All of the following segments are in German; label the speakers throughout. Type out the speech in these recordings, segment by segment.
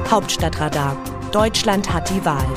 Speaker 1: Hauptstadtradar. Deutschland hat die Wahl.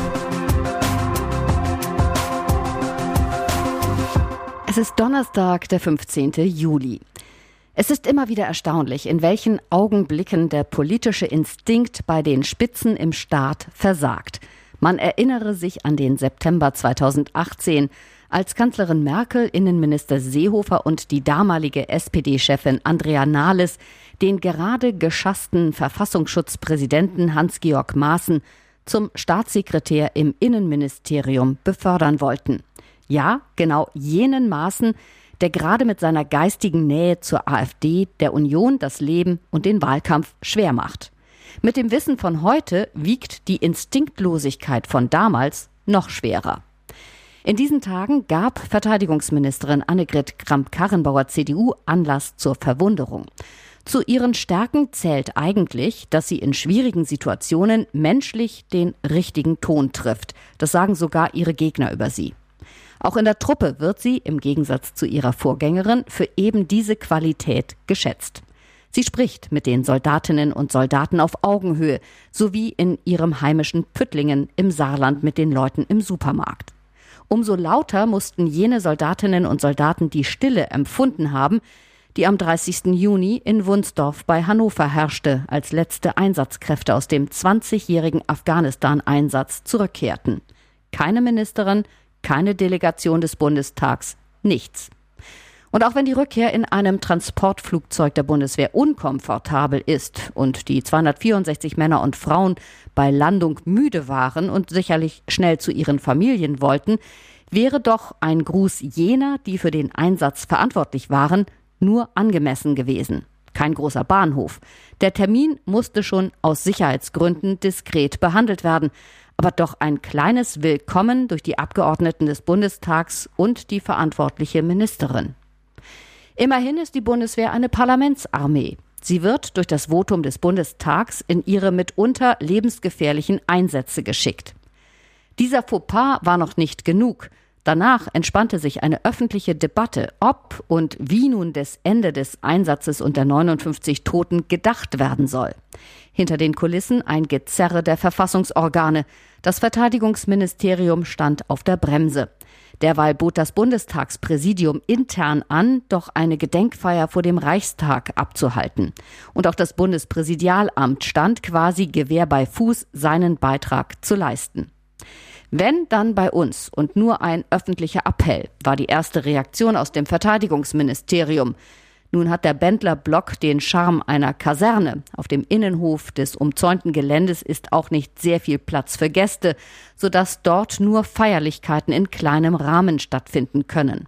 Speaker 2: Es ist Donnerstag, der 15. Juli. Es ist immer wieder erstaunlich, in welchen Augenblicken der politische Instinkt bei den Spitzen im Staat versagt. Man erinnere sich an den September 2018, als Kanzlerin Merkel, Innenminister Seehofer und die damalige SPD-Chefin Andrea Nahles den gerade geschassten Verfassungsschutzpräsidenten Hans-Georg Maaßen zum Staatssekretär im Innenministerium befördern wollten. Ja, genau jenen Maaßen, der gerade mit seiner geistigen Nähe zur AfD der Union das Leben und den Wahlkampf schwer macht. Mit dem Wissen von heute wiegt die Instinktlosigkeit von damals noch schwerer. In diesen Tagen gab Verteidigungsministerin Annegret Kramp-Karrenbauer CDU Anlass zur Verwunderung. Zu ihren Stärken zählt eigentlich, dass sie in schwierigen Situationen menschlich den richtigen Ton trifft. Das sagen sogar ihre Gegner über sie. Auch in der Truppe wird sie, im Gegensatz zu ihrer Vorgängerin, für eben diese Qualität geschätzt. Sie spricht mit den Soldatinnen und Soldaten auf Augenhöhe, sowie in ihrem heimischen Püttlingen im Saarland mit den Leuten im Supermarkt. Umso lauter mussten jene Soldatinnen und Soldaten die Stille empfunden haben, die am 30. Juni in Wunsdorf bei Hannover herrschte, als letzte Einsatzkräfte aus dem 20-jährigen Afghanistan-Einsatz zurückkehrten. Keine Ministerin, keine Delegation des Bundestags, nichts. Und auch wenn die Rückkehr in einem Transportflugzeug der Bundeswehr unkomfortabel ist und die 264 Männer und Frauen bei Landung müde waren und sicherlich schnell zu ihren Familien wollten, wäre doch ein Gruß jener, die für den Einsatz verantwortlich waren, nur angemessen gewesen. Kein großer Bahnhof. Der Termin musste schon aus Sicherheitsgründen diskret behandelt werden. Aber doch ein kleines Willkommen durch die Abgeordneten des Bundestags und die verantwortliche Ministerin. Immerhin ist die Bundeswehr eine Parlamentsarmee. Sie wird durch das Votum des Bundestags in ihre mitunter lebensgefährlichen Einsätze geschickt. Dieser Fauxpas war noch nicht genug. Danach entspannte sich eine öffentliche Debatte, ob und wie nun das Ende des Einsatzes und der 59 Toten gedacht werden soll. Hinter den Kulissen ein Gezerre der Verfassungsorgane. Das Verteidigungsministerium stand auf der Bremse. Derweil bot das Bundestagspräsidium intern an, doch eine Gedenkfeier vor dem Reichstag abzuhalten. Und auch das Bundespräsidialamt stand quasi Gewehr bei Fuß, seinen Beitrag zu leisten. Wenn, dann bei uns und nur ein öffentlicher Appell, war die erste Reaktion aus dem Verteidigungsministerium. Nun hat der Bendler-Block den Charme einer Kaserne. Auf dem Innenhof des umzäunten Geländes ist auch nicht sehr viel Platz für Gäste, sodass dort nur Feierlichkeiten in kleinem Rahmen stattfinden können.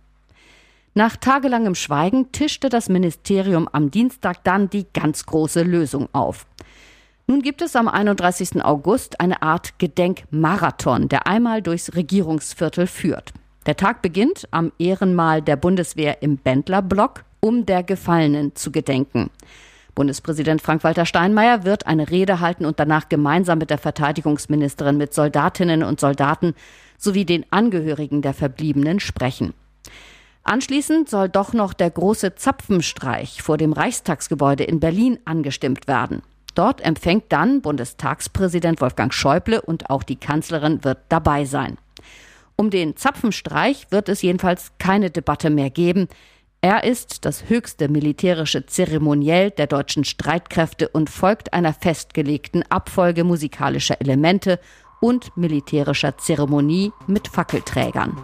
Speaker 2: Nach tagelangem Schweigen tischte das Ministerium am Dienstag dann die ganz große Lösung auf. Nun gibt es am 31. August eine Art Gedenkmarathon, der einmal durchs Regierungsviertel führt. Der Tag beginnt am Ehrenmal der Bundeswehr im Bendler-Block, um der Gefallenen zu gedenken. Bundespräsident Frank-Walter Steinmeier wird eine Rede halten und danach gemeinsam mit der Verteidigungsministerin mit Soldatinnen und Soldaten sowie den Angehörigen der Verbliebenen sprechen. Anschließend soll doch noch der große Zapfenstreich vor dem Reichstagsgebäude in Berlin angestimmt werden. Dort empfängt dann Bundestagspräsident Wolfgang Schäuble und auch die Kanzlerin wird dabei sein. Um den Zapfenstreich wird es jedenfalls keine Debatte mehr geben. Er ist das höchste militärische Zeremoniell der deutschen Streitkräfte und folgt einer festgelegten Abfolge musikalischer Elemente und militärischer Zeremonie mit Fackelträgern.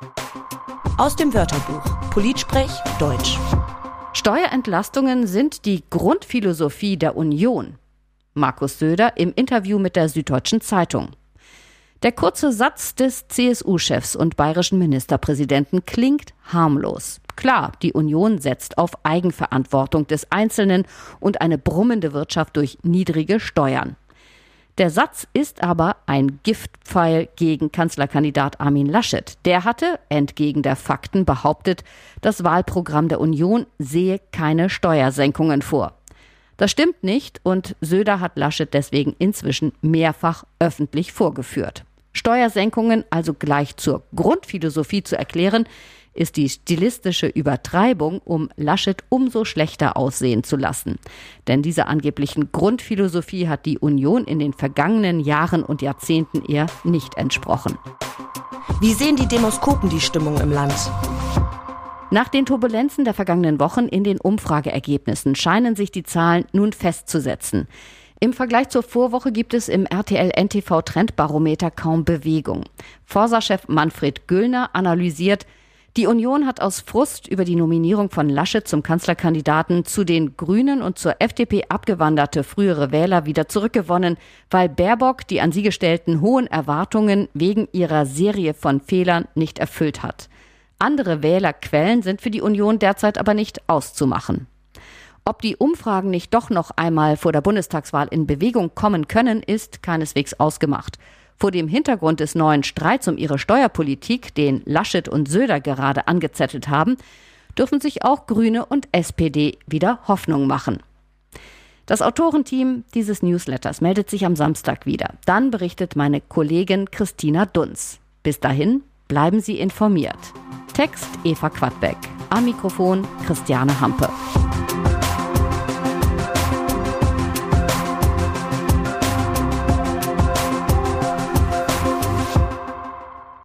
Speaker 1: Aus dem Wörterbuch Politsprech Deutsch.
Speaker 2: Steuerentlastungen sind die Grundphilosophie der Union. Markus Söder im Interview mit der Süddeutschen Zeitung. Der kurze Satz des CSU-Chefs und bayerischen Ministerpräsidenten klingt harmlos. Klar, die Union setzt auf Eigenverantwortung des Einzelnen und eine brummende Wirtschaft durch niedrige Steuern. Der Satz ist aber ein Giftpfeil gegen Kanzlerkandidat Armin Laschet. Der hatte, entgegen der Fakten, behauptet, das Wahlprogramm der Union sehe keine Steuersenkungen vor. Das stimmt nicht und Söder hat Laschet deswegen inzwischen mehrfach öffentlich vorgeführt. Steuersenkungen also gleich zur Grundphilosophie zu erklären, ist die stilistische Übertreibung, um Laschet umso schlechter aussehen zu lassen. Denn dieser angeblichen Grundphilosophie hat die Union in den vergangenen Jahren und Jahrzehnten eher nicht entsprochen.
Speaker 1: Wie sehen die Demoskopen die Stimmung im Land?
Speaker 2: Nach den Turbulenzen der vergangenen Wochen in den Umfrageergebnissen scheinen sich die Zahlen nun festzusetzen. Im Vergleich zur Vorwoche gibt es im RTL-NTV-Trendbarometer kaum Bewegung. Forsa-Chef Manfred Göllner analysiert, die Union hat aus Frust über die Nominierung von Laschet zum Kanzlerkandidaten zu den Grünen und zur FDP abgewanderte frühere Wähler wieder zurückgewonnen, weil Baerbock die an sie gestellten hohen Erwartungen wegen ihrer Serie von Fehlern nicht erfüllt hat. Andere Wählerquellen sind für die Union derzeit aber nicht auszumachen. Ob die Umfragen nicht doch noch einmal vor der Bundestagswahl in Bewegung kommen können, ist keineswegs ausgemacht. Vor dem Hintergrund des neuen Streits um ihre Steuerpolitik, den Laschet und Söder gerade angezettelt haben, dürfen sich auch Grüne und SPD wieder Hoffnung machen. Das Autorenteam dieses Newsletters meldet sich am Samstag wieder. Dann berichtet meine Kollegin Christina Dunz. Bis dahin bleiben Sie informiert. Text Eva Quadbeck. Am Mikrofon Christiane Hampe.